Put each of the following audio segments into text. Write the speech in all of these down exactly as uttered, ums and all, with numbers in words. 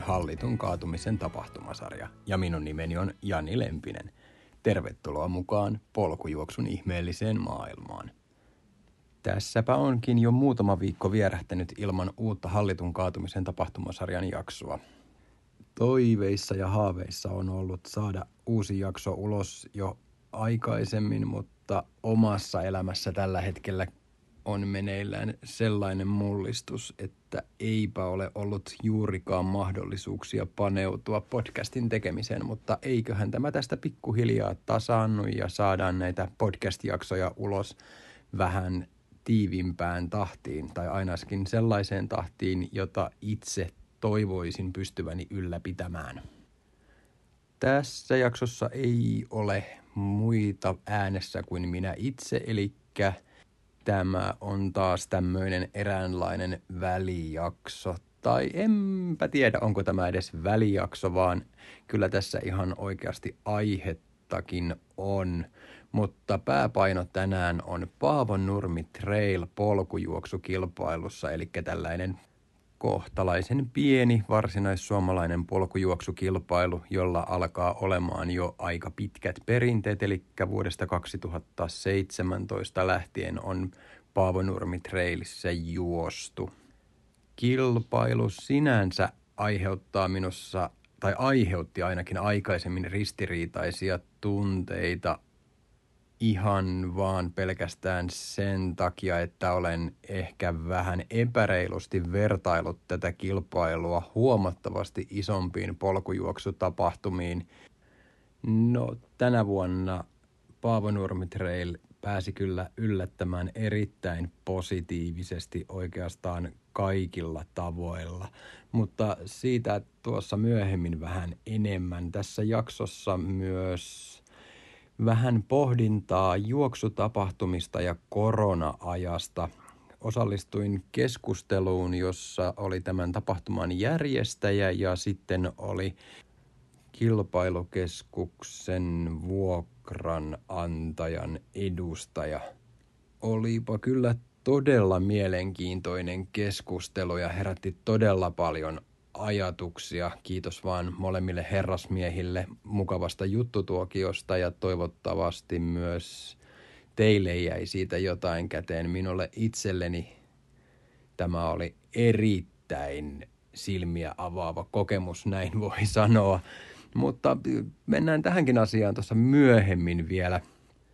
Hallitun kaatumisen tapahtumasarja ja minun nimeni on Jani Lempinen. Tervetuloa mukaan polkujuoksun ihmeelliseen maailmaan. Tässäpä onkin jo muutama viikko vierähtänyt ilman uutta Hallitun kaatumisen tapahtumasarjan jaksoa. Toiveissa ja haaveissa on ollut saada uusi jakso ulos jo aikaisemmin, mutta omassa elämässä tällä hetkellä on meneillään sellainen mullistus, että eipä ole ollut juurikaan mahdollisuuksia paneutua podcastin tekemiseen, mutta eiköhän tämä tästä pikkuhiljaa tasaannu ja saadaan näitä podcast-jaksoja ulos vähän tiivimpään tahtiin, tai ainakin sellaiseen tahtiin, jota itse toivoisin pystyväni ylläpitämään. Tässä jaksossa ei ole muita äänessä kuin minä itse, eli tämä on taas tämmöinen eräänlainen välijakso. Tai enpä tiedä, onko tämä edes välijakso, vaan kyllä tässä ihan oikeasti aihettakin on. Mutta pääpaino tänään on Paavonurmi Trail polkujuoksukilpailussa, eli tällainen kohtalaisen pieni varsinaissuomalainen polkujuoksukilpailu, jolla alkaa olemaan jo aika pitkät perinteet, eli vuodesta kaksituhattaseitsemäntoista lähtien on Paavonurmi Trailissä juostu. Kilpailu sinänsä aiheuttaa minussa, tai aiheutti ainakin aikaisemmin ristiriitaisia tunteita, ihan vaan pelkästään sen takia, että olen ehkä vähän epäreilusti vertaillut tätä kilpailua huomattavasti isompiin polkujuoksutapahtumiin. No, tänä vuonna Paavonurmi Trail pääsi kyllä yllättämään erittäin positiivisesti oikeastaan kaikilla tavoilla, mutta siitä tuossa myöhemmin vähän enemmän. Tässä jaksossa myös vähän pohdintaa juoksutapahtumista ja korona-ajasta. Osallistuin keskusteluun, jossa oli tämän tapahtuman järjestäjä ja sitten oli kilpailukeskuksen vuokranantajan edustaja. Olipa kyllä todella mielenkiintoinen keskustelu ja herätti todella paljon ajatuksia. Kiitos vaan molemmille herrasmiehille mukavasta juttutuokiosta ja toivottavasti myös teille jäi siitä jotain käteen. Minulle itselleni tämä oli erittäin silmiä avaava kokemus, näin voi sanoa. Mutta mennään tähänkin asiaan tuossa myöhemmin vielä.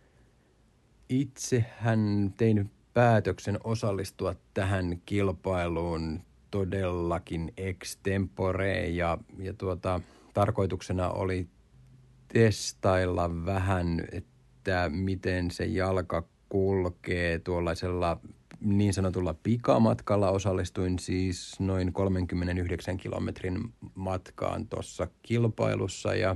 Itsehän tein päätöksen osallistua tähän kilpailuun todellakin extempore ja, ja tuota, tarkoituksena oli testailla vähän, että miten se jalka kulkee tuollaisella niin sanotulla pikamatkalla. Osallistuin siis noin kolmekymmentäyhdeksän kilometrin matkaan tuossa kilpailussa ja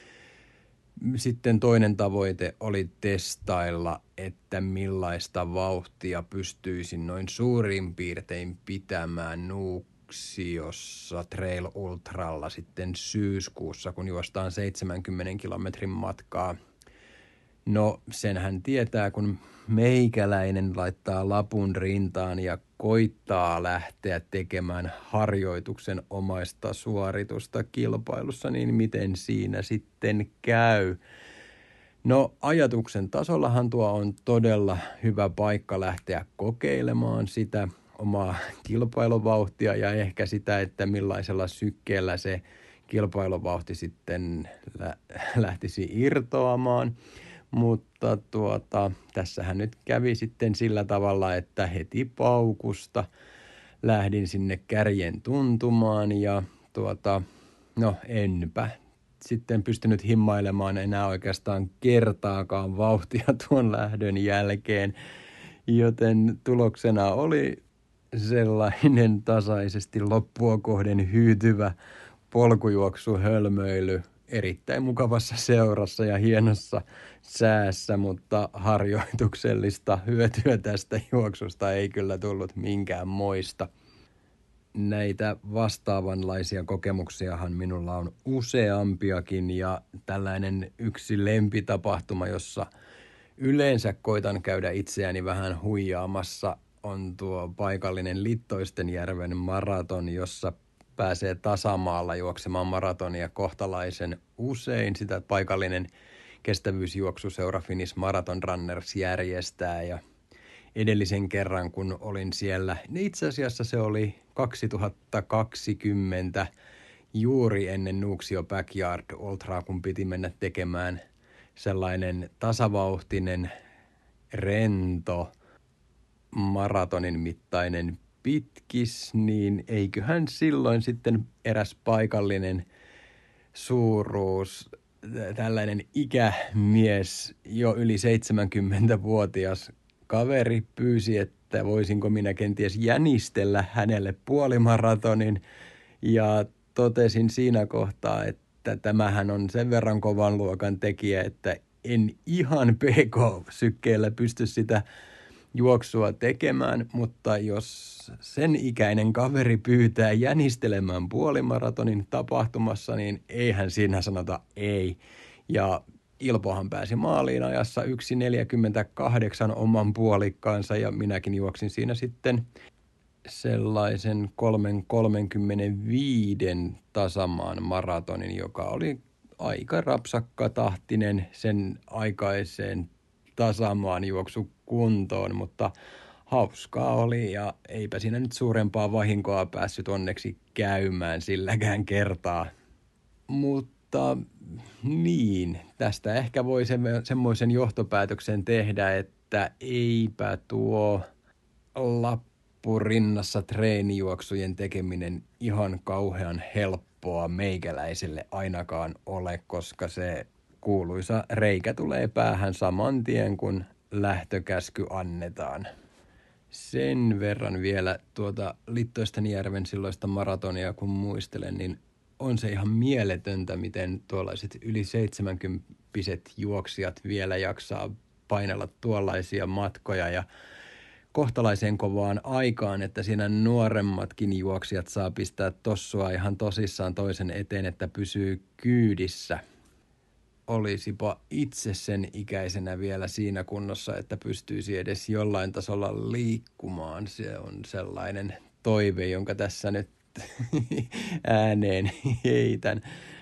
sitten toinen tavoite oli testailla, että millaista vauhtia pystyisin noin suurin piirtein pitämään Nuuksiossa Trail Ultralla sitten syyskuussa, kun juostaan seitsemänkymmenen kilometrin matkaa. No, senhän tietää, kun meikäläinen laittaa lapun rintaan ja koittaa lähteä tekemään harjoituksen omaista suoritusta kilpailussa, niin miten siinä sitten käy? No, ajatuksen tasollahan tuo on todella hyvä paikka lähteä kokeilemaan sitä omaa kilpailuvauhtia ja ehkä sitä, että millaisella sykkeellä se kilpailuvauhti sitten lä- lähtisi irtoamaan. Mutta tuota, tässähän nyt kävi sitten sillä tavalla, että heti paukusta lähdin sinne kärjen tuntumaan ja tuota, no enpä sitten pystynyt himmailemaan enää oikeastaan kertaakaan vauhtia tuon lähdön jälkeen, joten tuloksena oli sellainen tasaisesti loppua kohden hyytyvä polkujuoksuhölmöily erittäin mukavassa seurassa ja hienossa säässä, mutta harjoituksellista hyötyä tästä juoksusta ei kyllä tullut minkään moista. Näitä vastaavanlaisia kokemuksiahan minulla on useampiakin ja tällainen yksi lempitapahtuma, jossa yleensä koitan käydä itseäni vähän huijaamassa, on tuo paikallinen Littoistenjärven maraton, jossa pääsee tasamaalla juoksemaan maratonia kohtalaisen usein. Sitä paikallinen kestävyysjuoksuseura Finnish Marathon Runners järjestää ja edellisen kerran kun olin siellä, niin itse asiassa se oli kaksituhattakaksikymmentä juuri ennen Nuuksio Backyard Ultraa, kun piti mennä tekemään sellainen tasavauhtinen, rento, maratonin mittainen pitkis, niin eiköhän silloin sitten eräs paikallinen suuruus, tällainen ikämies, jo yli seitsemänkymmentävuotias kaveri pyysi, että voisinko minä kenties jänistellä hänelle puolimaratonin, ja totesin siinä kohtaa, että tämähän on sen verran kovan luokan tekijä, että en ihan P K-sykkeellä pysty sitä juoksua tekemään, mutta jos sen ikäinen kaveri pyytää jänistelemään puolimaratonin tapahtumassa, niin eihän siinä sanota ei. Ja Ilpohan pääsi maaliin ajassa yksi neljäkymmentäkahdeksan oman puolikkaansa ja minäkin juoksin siinä sitten sellaisen kolme kolmekymmentäviisi tasamaan maratonin, joka oli aika rapsakka tahtinen sen aikaiseen tasamaan juoksukuntoon, mutta hauskaa oli ja eipä siinä nyt suurempaa vahinkoa päässyt onneksi käymään silläkään kertaa. Mutta niin, tästä ehkä voi semmoisen johtopäätöksen tehdä, että eipä tuo lappurinnassa treenijuoksujen tekeminen ihan kauhean helppoa meikäläiselle ainakaan ole, koska se kuuluisa reikä tulee päähän saman tien, kun lähtökäsky annetaan. Sen verran vielä tuota Littoistenjärven silloista maratonia, kun muistelen, niin on se ihan mieletöntä, miten tuollaiset yli seitsemänkymppiset juoksijat vielä jaksaa painella tuollaisia matkoja ja kohtalaisen kovaan aikaan, että siinä nuoremmatkin juoksijat saa pistää tossua ihan tosissaan toisen eteen, että pysyy kyydissä. Olisipa itse sen ikäisenä vielä siinä kunnossa, että pystyisi edes jollain tasolla liikkumaan. Se on sellainen toive, jonka tässä nyt ääneen heitän.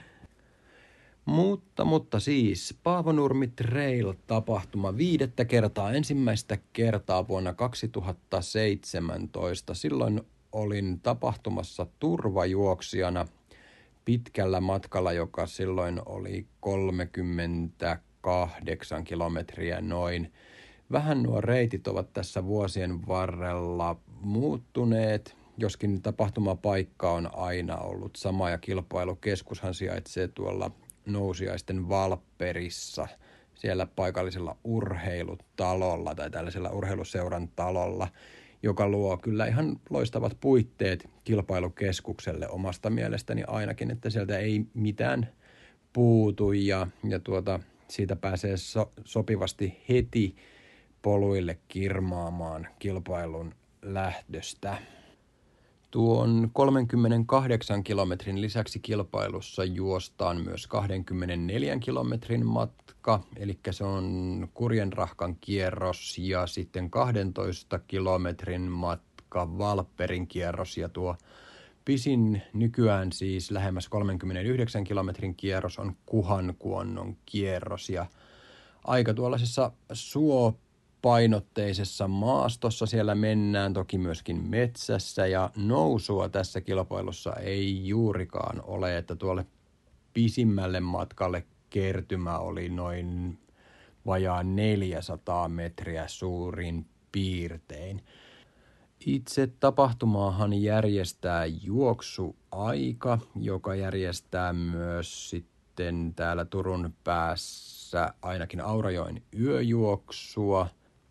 Mutta, mutta siis Paavonurmi Trail-tapahtuma viidettä kertaa, ensimmäistä kertaa vuonna kaksituhattaseitsemäntoista. Silloin olin tapahtumassa turvajuoksijana pitkällä matkalla, joka silloin oli kolmekymmentäkahdeksan kilometriä noin. Vähän nuo reitit ovat tässä vuosien varrella muuttuneet, joskin tapahtumapaikka on aina ollut sama ja kilpailukeskushan sijaitsee tuolla Nousiaisten Valpperissa, siellä paikallisella urheilutalolla tai tällaisella urheiluseuran talolla, joka luo kyllä ihan loistavat puitteet kilpailukeskukselle omasta mielestäni ainakin, että sieltä ei mitään puutu ja, ja tuota, siitä pääsee so, sopivasti heti poluille kirmaamaan kilpailun lähdöstä. Tuon kolmenkymmenenkahdeksan kilometrin lisäksi kilpailussa juostaan myös kaksikymmentäneljä kilometrin matka, eli se on Kurjenrahkan kierros ja sitten kahdentoista kilometrin matka Valpperin kierros ja tuo pisin nykyään siis lähemmäs kolmenkymmenenyhdeksän kilometrin kierros on Kuhankuonnon kierros ja aika tuollaisessa suo painotteisessa maastossa siellä mennään, toki myöskin metsässä ja nousua tässä kilpailussa ei juurikaan ole, että tuolle pisimmälle matkalle kertymä oli noin vajaa neljäsataa metriä suurin piirtein. Itse tapahtumaahan järjestää juoksuaika, joka järjestää myös sitten täällä Turun päässä ainakin Aurajoen yöjuoksua,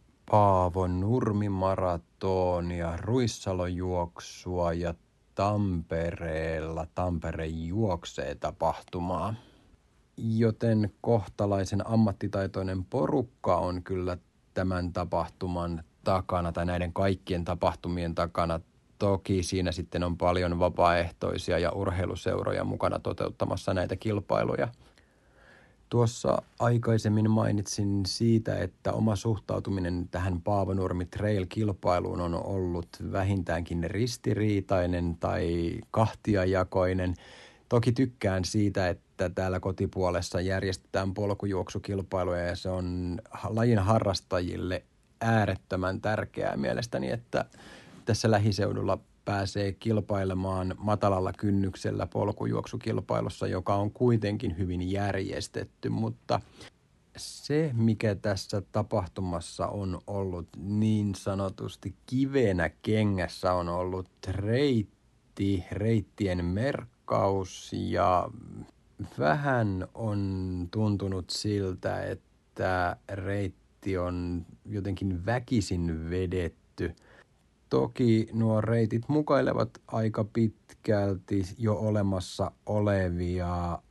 Paavonurmi-maratonia, Ruissalojuoksua ja Tampereella Tampere juoksee tapahtumaa. Joten kohtalaisen ammattitaitoinen porukka on kyllä tämän tapahtuman takana tai näiden kaikkien tapahtumien takana. Toki siinä sitten on paljon vapaaehtoisia ja urheiluseuroja mukana toteuttamassa näitä kilpailuja. Tuossa aikaisemmin mainitsin siitä, että oma suhtautuminen tähän Paavonurmi Trail-kilpailuun on ollut vähintäänkin ristiriitainen tai kahtiajakoinen. Toki tykkään siitä, että täällä kotipuolessa järjestetään polkujuoksukilpailuja ja se on lajin harrastajille äärettömän tärkeää mielestäni, että tässä lähiseudulla pääsee kilpailemaan matalalla kynnyksellä polkujuoksukilpailussa, joka on kuitenkin hyvin järjestetty, mutta se, mikä tässä tapahtumassa on ollut niin sanotusti kivenä kengässä, on ollut reitti, reittien merkkaus ja vähän on tuntunut siltä, että reitti on jotenkin väkisin vedetty. Toki nuo reitit mukailevat aika pitkälti jo olemassa olevia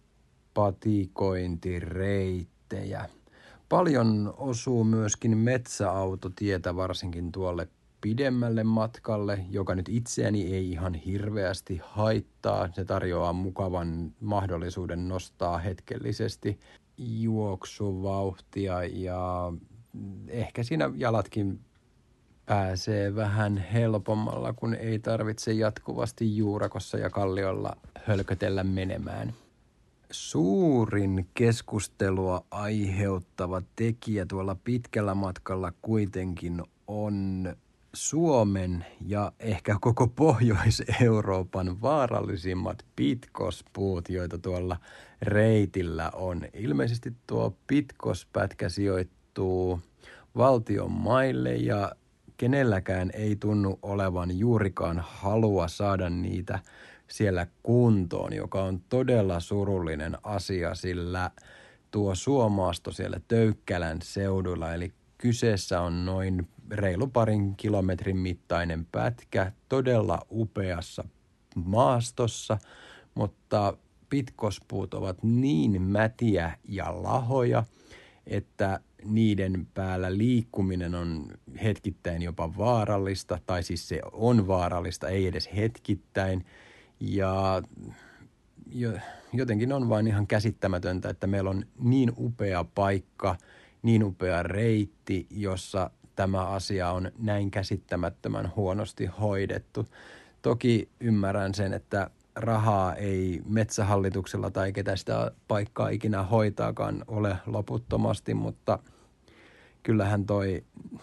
patikointireittejä. Paljon osuu myöskin metsäautotietä varsinkin tuolle pidemmälle matkalle, joka nyt itseäni ei ihan hirveästi haittaa. Se tarjoaa mukavan mahdollisuuden nostaa hetkellisesti juoksuvauhtia ja ehkä siinä jalatkin pääsee vähän helpommalla, kun ei tarvitse jatkuvasti juurakossa ja kalliolla hölkötellä menemään. Suurin keskustelua aiheuttava tekijä tuolla pitkällä matkalla kuitenkin on Suomen ja ehkä koko Pohjois-Euroopan vaarallisimmat pitkospuut, joita tuolla reitillä on. Ilmeisesti tuo pitkospätkä sijoittuu valtion maille ja kenelläkään ei tunnu olevan juurikaan halua saada niitä siellä kuntoon, joka on todella surullinen asia, sillä tuo suomaasto siellä Töykkälän seudulla, eli kyseessä on noin reilu parin kilometrin mittainen pätkä todella upeassa maastossa, mutta pitkospuut ovat niin mätiä ja lahoja, että niiden päällä liikkuminen on hetkittäin jopa vaarallista, tai siis se on vaarallista, ei edes hetkittäin. Ja jotenkin on vain ihan käsittämätöntä, että meillä on niin upea paikka, niin upea reitti, jossa tämä asia on näin käsittämättömän huonosti hoidettu. Toki ymmärrän sen, että rahaa ei Metsähallituksella tai ketä sitä paikkaa ikinä hoitaakaan ole loputtomasti, mutta kyllähän toi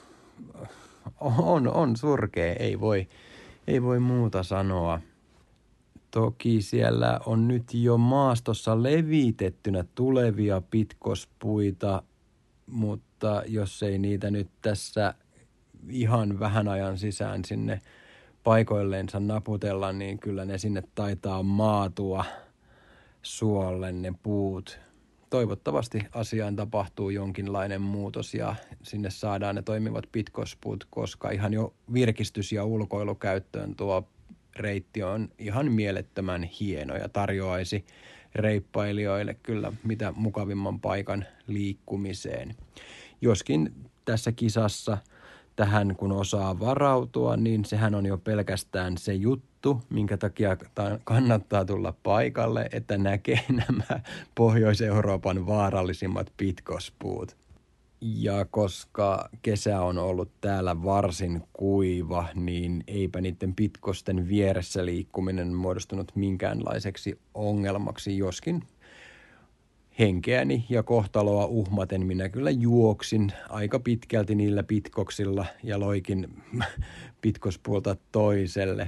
on, on surkea, ei voi, ei voi muuta sanoa. Toki siellä on nyt jo maastossa levitettynä tulevia pitkospuita, mutta jos ei niitä nyt tässä ihan vähän ajan sisään sinne paikoilleensa naputella, niin kyllä ne sinne taitaa maatua suolle ne puut. Toivottavasti asiaan tapahtuu jonkinlainen muutos ja sinne saadaan ne toimivat pitkospuut, koska ihan jo virkistys- ja ulkoilukäyttöön tuo reitti on ihan mielettömän hieno ja tarjoaisi reippailijoille kyllä mitä mukavimman paikan liikkumiseen. Joskin tässä kisassa tähän kun osaa varautua, niin sehän on jo pelkästään se juttu, minkä takia kannattaa tulla paikalle, että näkee nämä Pohjois-Euroopan vaarallisimmat pitkospuut. Ja koska kesä on ollut täällä varsin kuiva, niin eipä niiden pitkosten vieressä liikkuminen muodostunut minkäänlaiseksi ongelmaksi, joskin henkeäni ja kohtaloa uhmaten minä kyllä juoksin aika pitkälti niillä pitkoksilla ja loikin pitkospuolta toiselle.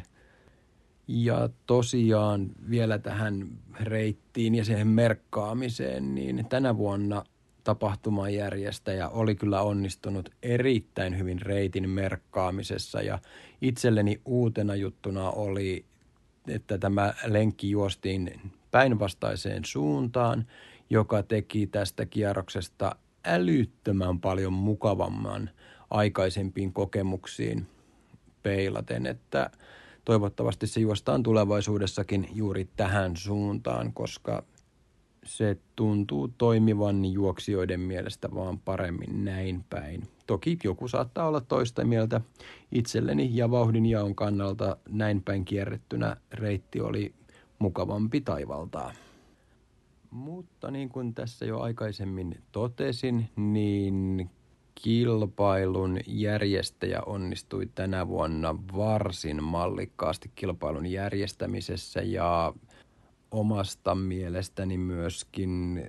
Ja tosiaan vielä tähän reittiin ja siihen merkkaamiseen, niin tänä vuonna tapahtumajärjestäjä oli kyllä onnistunut erittäin hyvin reitin merkkaamisessa ja itselleni uutena juttuna oli, että tämä lenkki juostiin päinvastaiseen suuntaan, joka teki tästä kierroksesta älyttömän paljon mukavamman aikaisempiin kokemuksiin peilaten, että toivottavasti se juostaan tulevaisuudessakin juuri tähän suuntaan, koska se tuntuu toimivan juoksijoiden mielestä vaan paremmin näin päin. Toki joku saattaa olla toista mieltä. Itselleni ja vauhdinjaon kannalta näin päin kierrettynä reitti oli mukavampi taivaltaa. Mutta niin kuin tässä jo aikaisemmin totesin, niin kilpailun järjestäjä onnistui tänä vuonna varsin mallikkaasti kilpailun järjestämisessä ja omasta mielestäni myöskin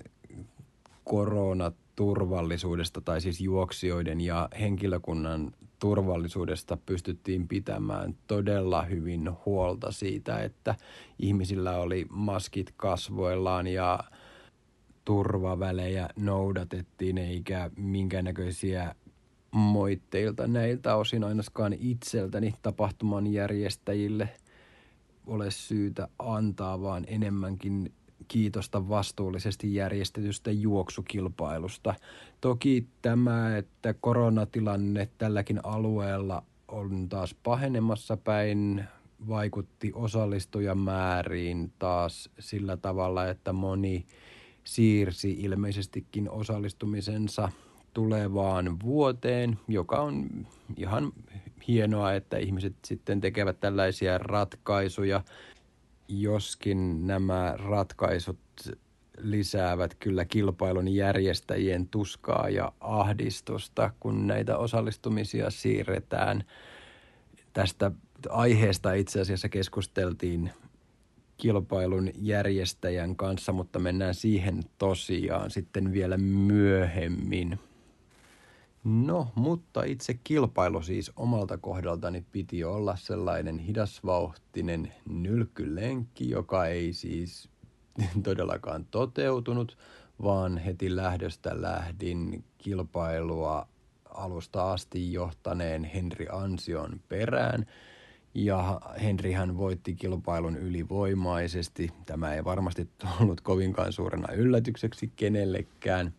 koronaturvallisuudesta tai siis juoksijoiden ja henkilökunnan turvallisuudesta pystyttiin pitämään todella hyvin huolta siitä, että ihmisillä oli maskit kasvoillaan ja turvavälejä noudatettiin eikä minkäännäköisiä moitteilta näiltä osin ainakaan itseltäni tapahtuman järjestäjille ole syytä antaa, vaan enemmänkin kiitosta vastuullisesti järjestetystä juoksukilpailusta. Toki tämä, että koronatilanne tälläkin alueella on taas pahenemassa päin, vaikutti osallistujamääriin taas sillä tavalla, että moni siirsi ilmeisestikin osallistumisensa tulevaan vuoteen, joka on ihan hienoa, että ihmiset sitten tekevät tällaisia ratkaisuja, joskin nämä ratkaisut lisäävät kyllä kilpailun järjestäjien tuskaa ja ahdistusta, kun näitä osallistumisia siirretään. Tästä aiheesta itse asiassa keskusteltiin kilpailun järjestäjän kanssa, mutta mennään siihen tosiaan sitten vielä myöhemmin. No, mutta itse kilpailu siis omalta kohdaltani piti olla sellainen hidasvauhtinen nylkylenkki, joka ei siis todellakaan toteutunut, vaan heti lähdöstä lähdin kilpailua alusta asti johtaneen Henri Ansion perään. Ja Henrihän voitti kilpailun ylivoimaisesti. Tämä ei varmasti tullut kovinkaan suurena yllätykseksi kenellekään.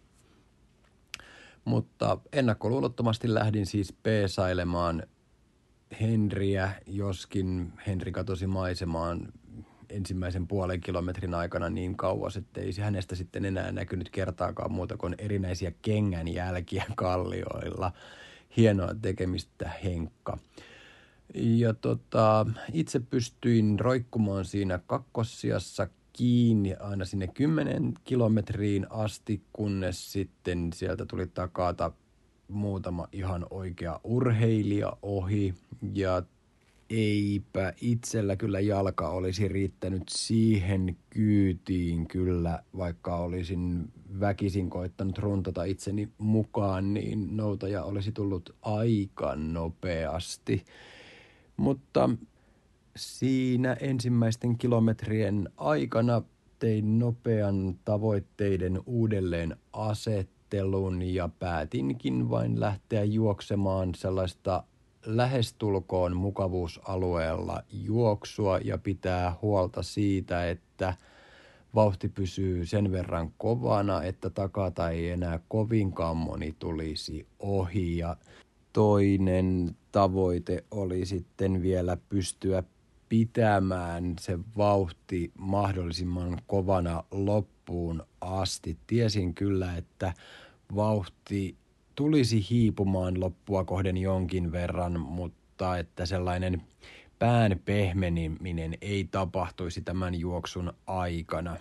Mutta ennakkoluulottomasti lähdin siis peesailemaan Henriä, joskin Henri katosi maisemaan ensimmäisen puolen kilometrin aikana niin kauas, että ei hänestä sitten enää näkynyt kertaakaan muuta kuin erinäisiä kengänjälkiä kallioilla. Hienoa tekemistä, Henkka. Ja tota, itse pystyin roikkumaan siinä kakkossijassa kiinni aina sinne kymmenen kilometriin asti, kunnes sitten sieltä tuli takata muutama ihan oikea urheilija ohi. Ja eipä itsellä kyllä jalka olisi riittänyt siihen kyytiin kyllä, vaikka olisin väkisin koittanut runtata itseni mukaan, niin noutaja olisi tullut aika nopeasti. Mutta siinä ensimmäisten kilometrien aikana tein nopean tavoitteiden uudelleen asettelun ja päätinkin vain lähteä juoksemaan sellaista lähestulkoon mukavuusalueella juoksua ja pitää huolta siitä, että vauhti pysyy sen verran kovana, että takata ei enää kovinkaan moni tulisi ohi. Ja toinen tavoite oli sitten vielä pystyä pitämään se vauhti mahdollisimman kovana loppuun asti. Tiesin kyllä, että vauhti tulisi hiipumaan loppua kohden jonkin verran, mutta että sellainen pään pehmeneminen ei tapahtuisi tämän juoksun aikana.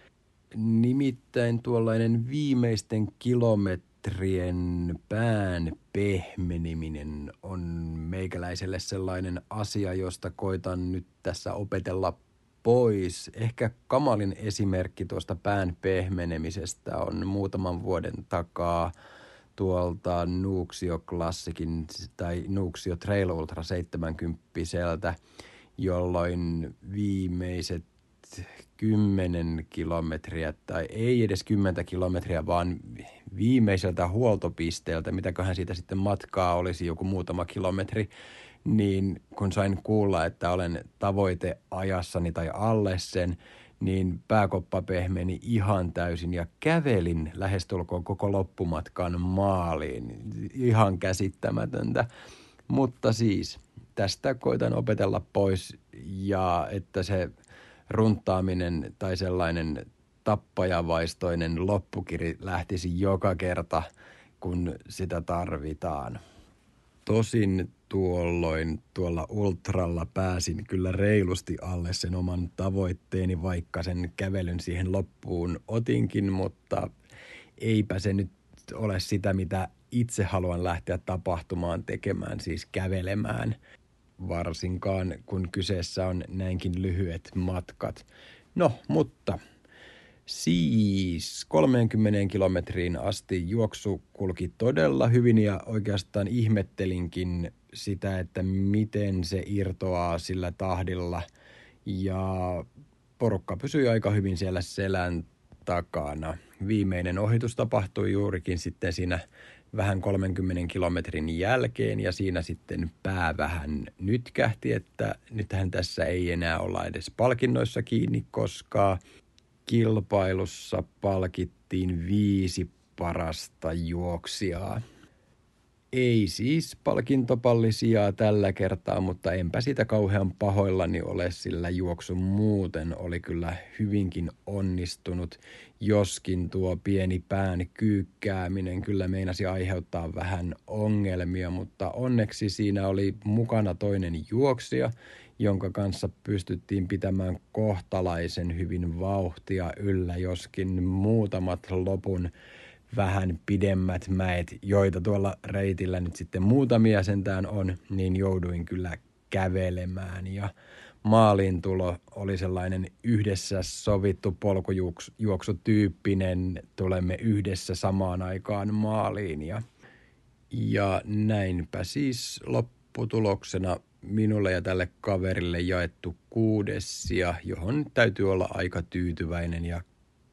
Nimittäin tuollainen viimeisten kilometrien pään pehmeneminen on meikäläiselle sellainen asia, josta koitan nyt tässä opetella pois. Ehkä kamalin esimerkki tuosta pään pehmenemisestä on muutaman vuoden takaa tuolta Nuuksio Classicin tai Nuuksio Trail Ultra seitsemänkymmentä, jolloin viimeiset kymmenen kilometriä, tai ei edes kymmentä kilometriä, vaan viimeiseltä huoltopisteeltä, mitäköhän siitä sitten matkaa olisi joku muutama kilometri, niin kun sain kuulla, että olen tavoiteajassani tai alle sen, niin pääkoppa pehmeni ihan täysin ja kävelin lähestulkoon koko loppumatkan maaliin. Ihan käsittämätöntä. Mutta siis tästä koitan opetella pois ja että se runtaaminen tai sellainen tappajavaistoinen loppukiri lähtisi joka kerta, kun sitä tarvitaan. Tosin tuolloin tuolla ultralla pääsin kyllä reilusti alle sen oman tavoitteeni, vaikka sen kävelyn siihen loppuun otinkin, mutta eipä se nyt ole sitä, mitä itse haluan lähteä tapahtumaan tekemään, siis kävelemään, varsinkaan kun kyseessä on näinkin lyhyet matkat. No, mutta siis kolmeenkymmeneen kilometriin asti juoksu kulki todella hyvin ja oikeastaan ihmettelinkin sitä, että miten se irtoaa sillä tahdilla. Ja porukka pysyi aika hyvin siellä selän takana. Viimeinen ohitus tapahtui juurikin sitten siinä vähän kolmenkymmenen kilometrin jälkeen ja siinä sitten pää vähän nytkähti, että nythän tässä ei enää olla edes palkinnoissa kiinni, koska kilpailussa palkittiin viisi parasta juoksijaa. Ei siis palkintopallisia tällä kertaa, mutta enpä sitä kauhean pahoillani ole, sillä juoksu muuten oli kyllä hyvinkin onnistunut, joskin tuo pieni pään kyykkääminen kyllä meinasi aiheuttaa vähän ongelmia, mutta onneksi siinä oli mukana toinen juoksija, jonka kanssa pystyttiin pitämään kohtalaisen hyvin vauhtia yllä, joskin muutamat lopun vähän pidemmät mäet, joita tuolla reitillä nyt sitten muutamia sentään on, niin jouduin kyllä kävelemään. Ja maaliin tulo oli sellainen yhdessä sovittu polkujuoksutyyppinen, tulemme yhdessä samaan aikaan maaliin. Ja, ja näinpä siis lopputuloksena minulle ja tälle kaverille jaettu kuudes sija, johon täytyy olla aika tyytyväinen ja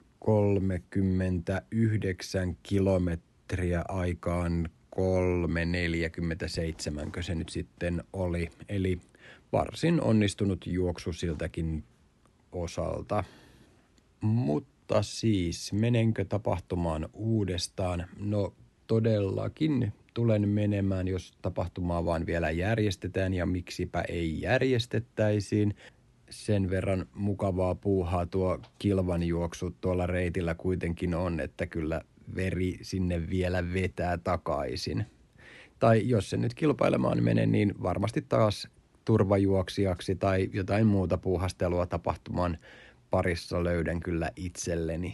kolmekymmentäyhdeksän kilometriä aikaan kolme neljäkymmentäseitsemän se nyt sitten oli. Eli varsin onnistunut juoksu siltäkin osalta. Mutta siis, menenkö tapahtumaan uudestaan? No todellakin tulen menemään, jos tapahtumaa vaan vielä järjestetään ja miksipä ei järjestettäisiin. Sen verran mukavaa puuhaa tuo kilvanjuoksu tuolla reitillä kuitenkin on, että kyllä veri sinne vielä vetää takaisin. Tai jos se nyt kilpailemaan menee, niin varmasti taas turvajuoksijaksi tai jotain muuta puuhastelua tapahtuman parissa löydän kyllä itselleni.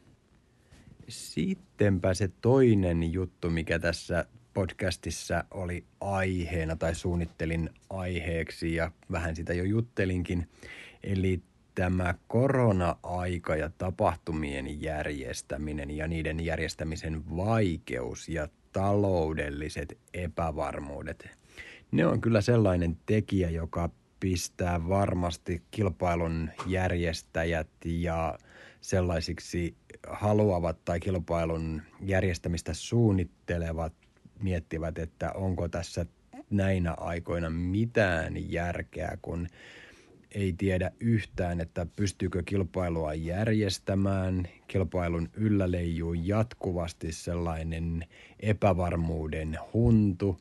Sittenpä se toinen juttu, mikä tässä podcastissa oli aiheena tai suunnittelin aiheeksi ja vähän sitä jo juttelinkin, eli tämä korona-aika ja tapahtumien järjestäminen ja niiden järjestämisen vaikeus ja taloudelliset epävarmuudet. Ne on kyllä sellainen tekijä, joka pistää varmasti kilpailun järjestäjät ja sellaisiksi haluavat tai kilpailun järjestämistä suunnittelevat miettivät, että onko tässä näinä aikoina mitään järkeä, kun ei tiedä yhtään, että pystyykö kilpailua järjestämään. Kilpailun yllä leijuu jatkuvasti sellainen epävarmuuden huntu.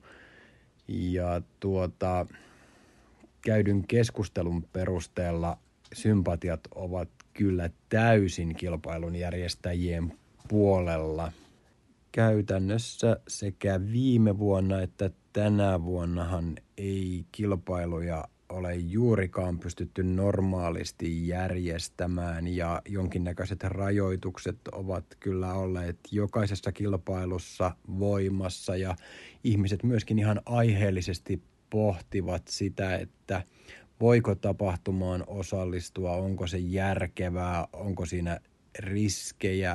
Ja tuota, käydyn keskustelun perusteella sympatiat ovat kyllä täysin kilpailun järjestäjien puolella. Käytännössä sekä viime vuonna että tänä vuonnahan ei kilpailuja ole juurikaan pystytty normaalisti järjestämään ja jonkinnäköiset rajoitukset ovat kyllä olleet jokaisessa kilpailussa voimassa ja ihmiset myöskin ihan aiheellisesti pohtivat sitä, että voiko tapahtumaan osallistua, onko se järkevää, onko siinä riskejä.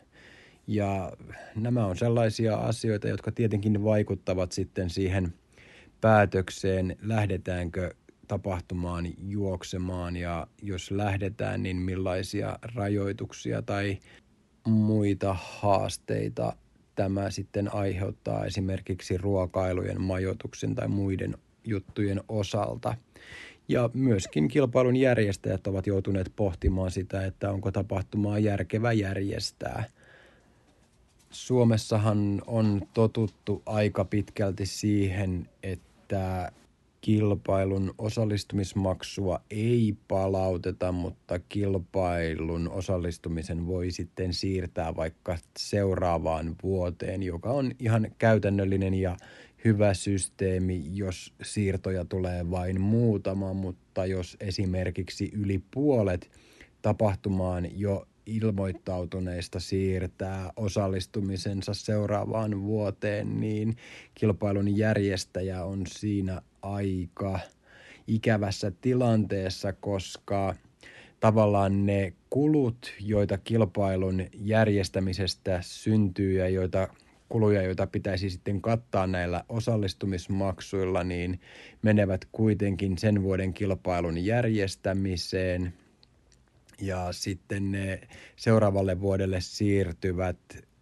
Ja nämä on sellaisia asioita, jotka tietenkin vaikuttavat sitten siihen päätökseen, lähdetäänkö tapahtumaan juoksemaan ja jos lähdetään, niin millaisia rajoituksia tai muita haasteita tämä sitten aiheuttaa esimerkiksi ruokailujen, majoituksen tai muiden juttujen osalta. Ja myöskin kilpailun järjestäjät ovat joutuneet pohtimaan sitä, että onko tapahtumaa järkevä järjestää. Suomessahan on totuttu aika pitkälti siihen, että kilpailun osallistumismaksua ei palauteta, mutta kilpailun osallistumisen voi sitten siirtää vaikka seuraavaan vuoteen, joka on ihan käytännöllinen ja hyvä systeemi, jos siirtoja tulee vain muutama, mutta jos esimerkiksi yli puolet tapahtumaan jo ilmoittautuneista siirtää osallistumisensa seuraavaan vuoteen, niin kilpailun järjestäjä on siinä aika ikävässä tilanteessa, koska tavallaan ne kulut, joita kilpailun järjestämisestä syntyy ja joita kuluja, joita pitäisi sitten kattaa näillä osallistumismaksuilla, niin menevät kuitenkin sen vuoden kilpailun järjestämiseen. Ja sitten ne seuraavalle vuodelle siirtyvät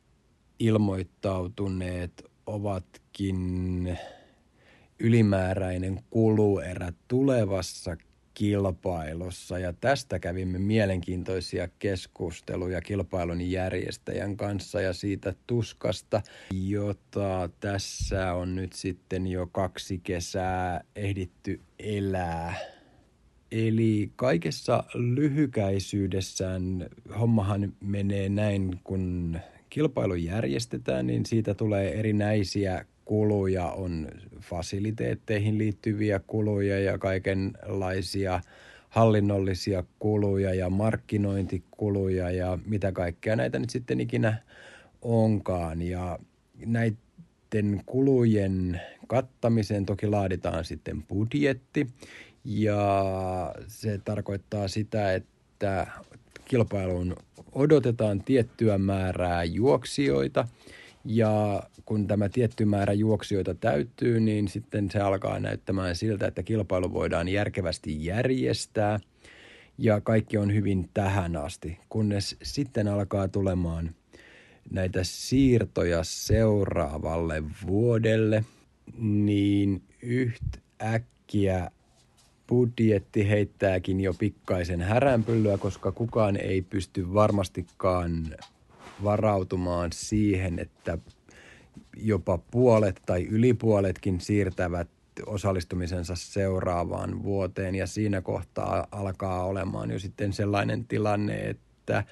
ilmoittautuneet ovatkin ylimääräinen kuluerä tulevassa kilpailussa. Ja tästä kävimme mielenkiintoisia keskusteluja kilpailun järjestäjän kanssa ja siitä tuskasta, jota tässä on nyt sitten jo kaksi kesää ehditty elää. Eli kaikessa lyhykäisyydessään hommahan menee näin, kun kilpailu järjestetään, niin siitä tulee erinäisiä kuluja, on fasiliteetteihin liittyviä kuluja ja kaikenlaisia hallinnollisia kuluja ja markkinointikuluja ja mitä kaikkea näitä nyt sitten ikinä onkaan. Ja näiden kulujen kattamiseen toki laaditaan sitten budjetti. Ja se tarkoittaa sitä, että kilpailuun odotetaan tiettyä määrää juoksijoita ja kun tämä tietty määrä juoksijoita täyttyy, niin sitten se alkaa näyttämään siltä, että kilpailu voidaan järkevästi järjestää ja kaikki on hyvin tähän asti, kunnes sitten alkaa tulemaan näitä siirtoja seuraavalle vuodelle, niin yhtäkkiä budjetti heittääkin jo pikkaisen häränpyllyä, koska kukaan ei pysty varmastikaan varautumaan siihen, että jopa puolet tai yli puoletkin siirtävät osallistumisensa seuraavaan vuoteen. Ja siinä kohtaa alkaa olemaan jo sitten sellainen tilanne, että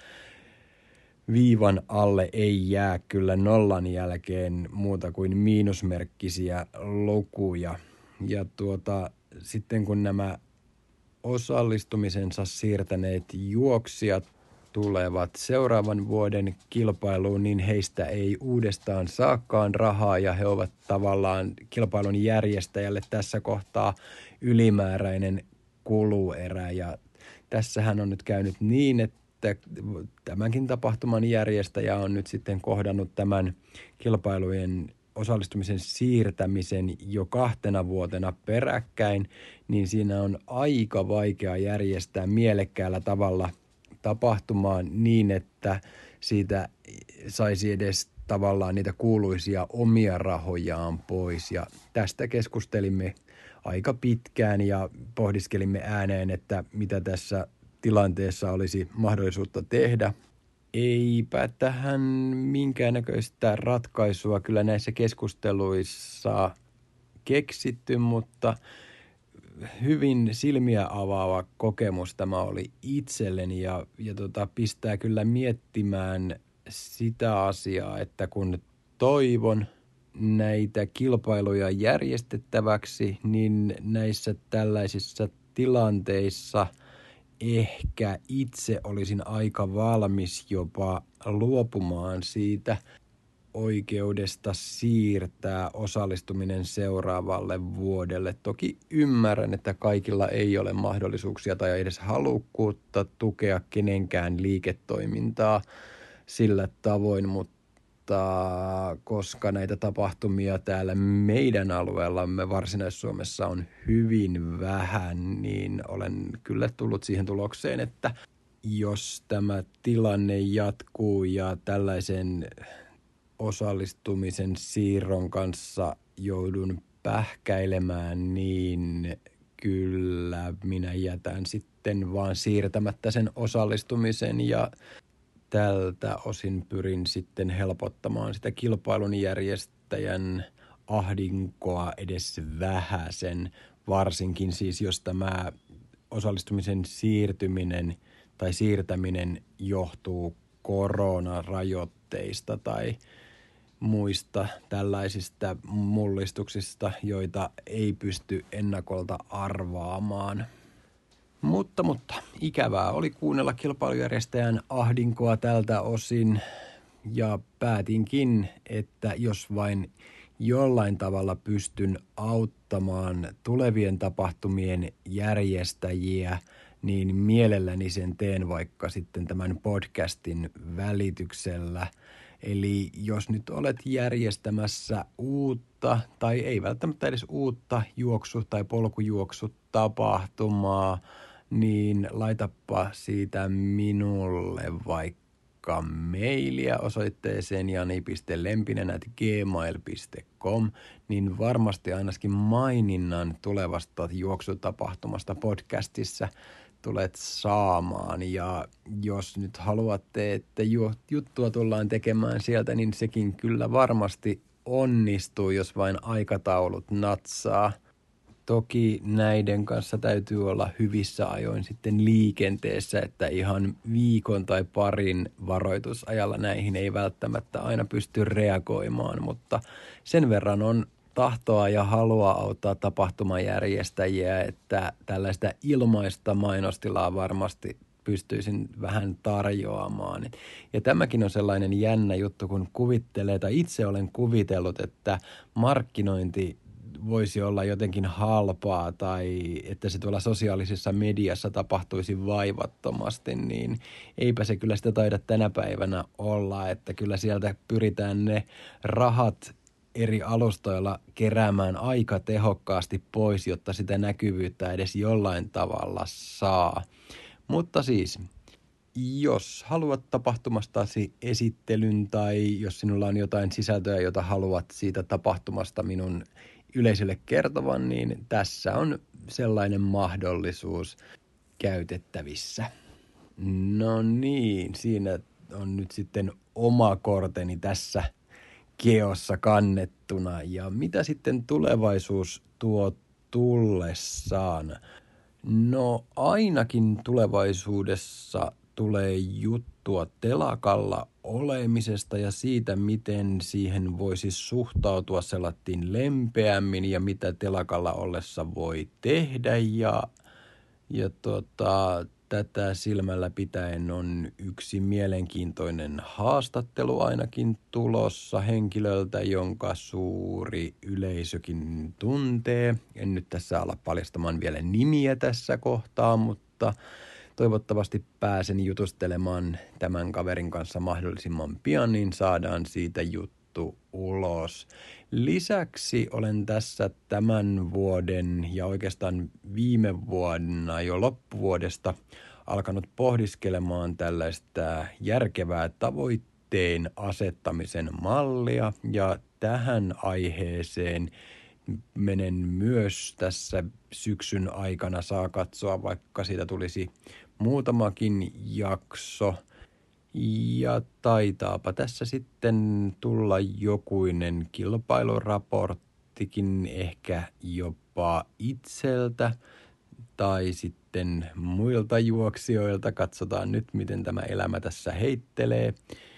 viivan alle ei jää kyllä nollan jälkeen muuta kuin miinusmerkkisiä lukuja. Ja tuota... Sitten kun nämä osallistumisensa siirtäneet juoksijat tulevat seuraavan vuoden kilpailuun, niin heistä ei uudestaan saakaan rahaa ja he ovat tavallaan kilpailun järjestäjälle tässä kohtaa ylimääräinen kuluerä. Ja tässähän on nyt käynyt niin, että tämänkin tapahtuman järjestäjä on nyt sitten kohdannut tämän kilpailujen osallistumisen siirtämisen jo kahtena vuotena peräkkäin, niin siinä on aika vaikea järjestää mielekkäällä tavalla tapahtumaan niin, että siitä saisi edes tavallaan niitä kuuluisia omia rahojaan pois. Ja tästä keskustelimme aika pitkään ja pohdiskelimme ääneen, että mitä tässä tilanteessa olisi mahdollisuutta tehdä. Eipä tähän minkäännäköistä ratkaisua kyllä näissä keskusteluissa keksitty, mutta hyvin silmiä avaava kokemus tämä oli itselleni ja, ja tota, pistää kyllä miettimään sitä asiaa, että kun toivon näitä kilpailuja järjestettäväksi, niin näissä tällaisissa tilanteissa ehkä itse olisin aika valmis jopa luopumaan siitä oikeudesta siirtää osallistuminen seuraavalle vuodelle. Toki ymmärrän, että kaikilla ei ole mahdollisuuksia tai edes halukkuutta tukea kenenkään liiketoimintaa sillä tavoin, mutta koska näitä tapahtumia täällä meidän alueellamme Varsinais-Suomessa on hyvin vähän, niin olen kyllä tullut siihen tulokseen, että jos tämä tilanne jatkuu ja tällaisen osallistumisen siirron kanssa joudun pähkäilemään, niin kyllä minä jätän sitten vaan siirtämättä sen osallistumisen ja tältä osin pyrin sitten helpottamaan sitä kilpailun järjestäjän ahdinkoa edes vähäsen, varsinkin siis jos tämä osallistumisen siirtyminen tai siirtäminen johtuu koronarajoitteista tai muista tällaisista mullistuksista, joita ei pysty ennakolta arvaamaan. Mutta, mutta ikävää oli kuunnella kilpailujärjestäjän ahdinkoa tältä osin ja päätinkin, että jos vain jollain tavalla pystyn auttamaan tulevien tapahtumien järjestäjiä, niin mielelläni sen teen vaikka sitten tämän podcastin välityksellä. Eli jos nyt olet järjestämässä uutta tai ei välttämättä edes uutta juoksu- tai polkujuoksutapahtumaa, niin laitapa siitä minulle vaikka mailia osoitteeseen jani piste lempinen ät gmail piste com, niin varmasti ainakin maininnan tulevasta juoksutapahtumasta podcastissa tulet saamaan. Ja jos nyt haluatte, että juttua tullaan tekemään sieltä, niin sekin kyllä varmasti onnistuu, jos vain aikataulut natsaa. Toki näiden kanssa täytyy olla hyvissä ajoin sitten liikenteessä, että ihan viikon tai parin varoitusajalla näihin ei välttämättä aina pysty reagoimaan, mutta sen verran on tahtoa ja halua auttaa tapahtumajärjestäjiä, että tällaista ilmaista mainostilaa varmasti pystyisin vähän tarjoamaan. Ja tämäkin on sellainen jännä juttu, kun kuvittelee, tai itse olen kuvitellut, että markkinointi voisi olla jotenkin halpaa tai että se tuolla sosiaalisessa mediassa tapahtuisi vaivattomasti, niin eipä se kyllä sitä taida tänä päivänä olla, että kyllä sieltä pyritään ne rahat eri alustoilla keräämään aika tehokkaasti pois, jotta sitä näkyvyyttä edes jollain tavalla saa. Mutta siis, jos haluat tapahtumastasi esittelyn tai jos sinulla on jotain sisältöä, jota haluat siitä tapahtumasta minun yleisölle kertovan, niin tässä on sellainen mahdollisuus käytettävissä. No niin, siinä on nyt sitten oma korteni tässä keossa kannettuna. Ja mitä sitten tulevaisuus tuo tullessaan? No ainakin tulevaisuudessa tulee juttua telakalla olemisesta ja siitä, miten siihen voisi suhtautua sellatin lempeämmin ja mitä telakalla ollessa voi tehdä. Ja, ja tota, tätä silmällä pitäen on yksi mielenkiintoinen haastattelu ainakin tulossa henkilöltä, jonka suuri yleisökin tuntee. En nyt tässä ala paljastamaan vielä nimiä tässä kohtaa, mutta toivottavasti pääsen jutustelemaan tämän kaverin kanssa mahdollisimman pian, niin saadaan siitä juttu ulos. Lisäksi olen tässä tämän vuoden ja oikeastaan viime vuonna jo loppuvuodesta alkanut pohdiskelemaan tällaista järkevää tavoitteen asettamisen mallia ja tähän aiheeseen menen myös tässä syksyn aikana, saa katsoa, vaikka siitä tulisi muutamakin jakso. Ja taitaapa tässä sitten tulla jokuinen kilpailuraporttikin ehkä jopa itseltä tai sitten muilta juoksijoilta. Katsotaan nyt, miten tämä elämä tässä heittelee.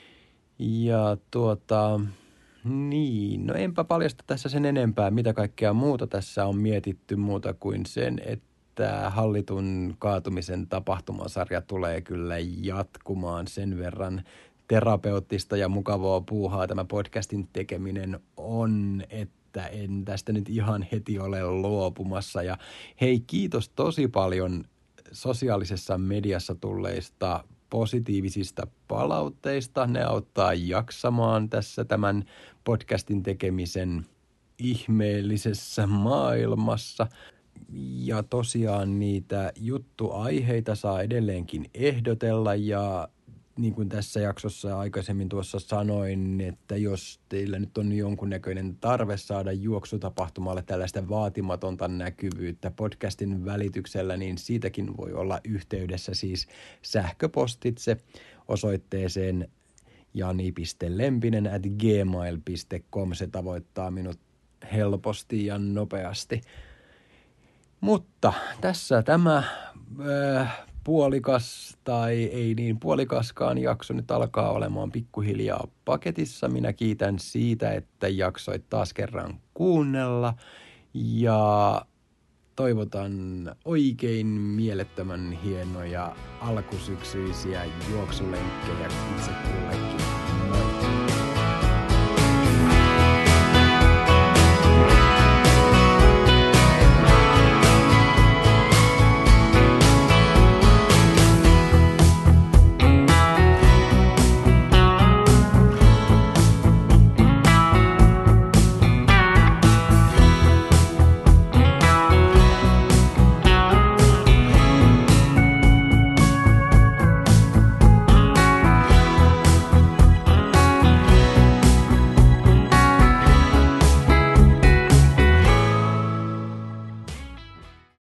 Ja tuota... Niin, no enpä paljasta tässä sen enempää, mitä kaikkea muuta tässä on mietitty muuta kuin sen, että hallitun kaatumisen tapahtumasarja tulee kyllä jatkumaan sen verran terapeuttista ja mukavaa puuhaa tämä podcastin tekeminen on, että en tästä nyt ihan heti ole luopumassa. Ja hei, kiitos tosi paljon sosiaalisessa mediassa tulleista positiivisista palautteista. Ne auttaa jaksamaan tässä tämän podcastin tekemisen ihmeellisessä maailmassa. Ja tosiaan niitä juttuaiheita saa edelleenkin ehdotella ja niin kuin tässä jaksossa aikaisemmin tuossa sanoin, että jos teillä nyt on jonkunnäköinen tarve saada juoksutapahtumalle tällaista vaatimatonta näkyvyyttä podcastin välityksellä, niin siitäkin voi olla yhteydessä siis sähköpostitse osoitteeseen jani piste lempinen ät gmail piste com. Se tavoittaa minut helposti ja nopeasti. Mutta tässä tämä äh, puolikas tai ei niin puolikaskaan jakso nyt alkaa olemaan pikkuhiljaa paketissa. Minä kiitän siitä, että jaksoit taas kerran kuunnella ja toivotan oikein mielettömän hienoja alkusyksyisiä juoksulenkkejä itse kullekin.